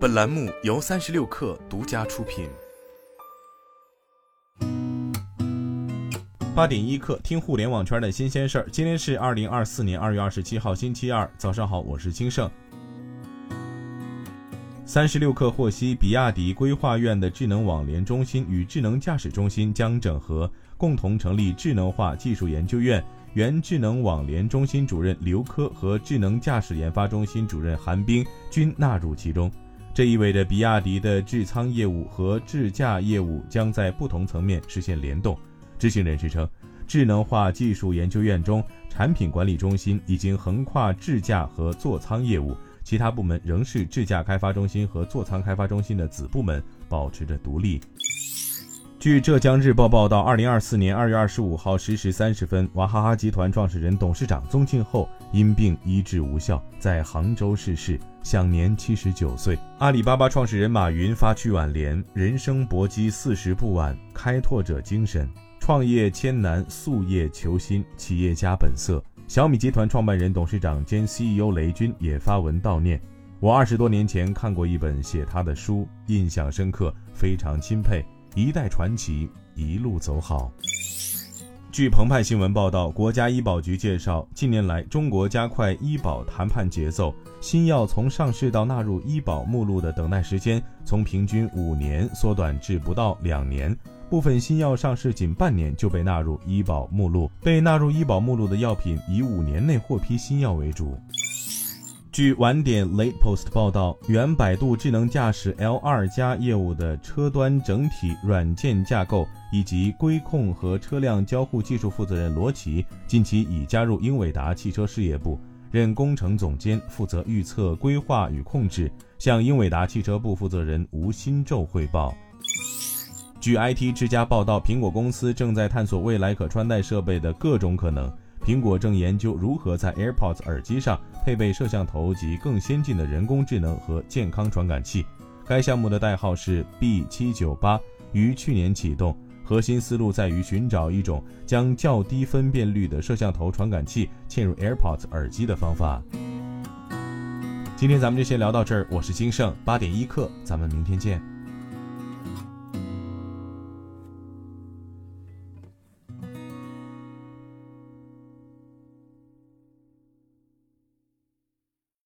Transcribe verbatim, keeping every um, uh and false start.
本栏目由三十六氪独家出品。 八点一刻，听互联网圈的新鲜事儿。今天是二零二四年二月二十七号，星期二，早上好，我是金盛。三十六氪获悉，比亚迪规划院的智能网联中心与智能驾驶中心将整合，共同成立智能化技术研究院。原智能网联中心主任刘科和智能驾驶研发中心主任韩冰均纳入其中。这意味着比亚迪的智仓业务和智驾业务将在不同层面实现联动。知情人士称，智能化技术研究院中，产品管理中心已经横跨智驾和座舱业务，其他部门仍是智驾开发中心和座舱开发中心的子部门，保持着独立。据浙江日报报道，二零二四年二月二十五号十时三十分，娃哈哈集团创始人、董事长宗庆后因病医治无效，在杭州逝世，享年七十九岁。阿里巴巴创始人马云发去挽联：人生搏击四十不晚，开拓者精神，创业千难，夙夜求新，企业家本色。小米集团创办人、董事长兼 C E O 雷军也发文悼念：我二十多年前看过一本写他的书，印象深刻，非常钦佩。一代传奇，一路走好。据澎湃新闻报道，国家医保局介绍，近年来中国加快医保谈判节奏，新药从上市到纳入医保目录的等待时间从平均五年缩短至不到两年，部分新药上市仅半年就被纳入医保目录，被纳入医保目录的药品以五年内获批新药为主。据晚点 Late Post 报道，原百度智能驾驶 L 二 加业务的车端整体软件架构以及规控和车辆交互技术负责人罗奇近期已加入英伟达汽车事业部，任工程总监，负责预测、规划与控制，向英伟达汽车部负责人吴新宙汇报。据 I T 之家报道，苹果公司正在探索未来可穿戴设备的各种可能。苹果正研究如何在 AirPods 耳机上配备摄像头及更先进的人工智能和健康传感器。该项目的代号是 B 七九八， 于去年启动，核心思路在于寻找一种将较低分辨率的摄像头传感器嵌入 AirPods 耳机的方法。今天咱们就先聊到这儿，我是金盛，八点一刻，咱们明天见。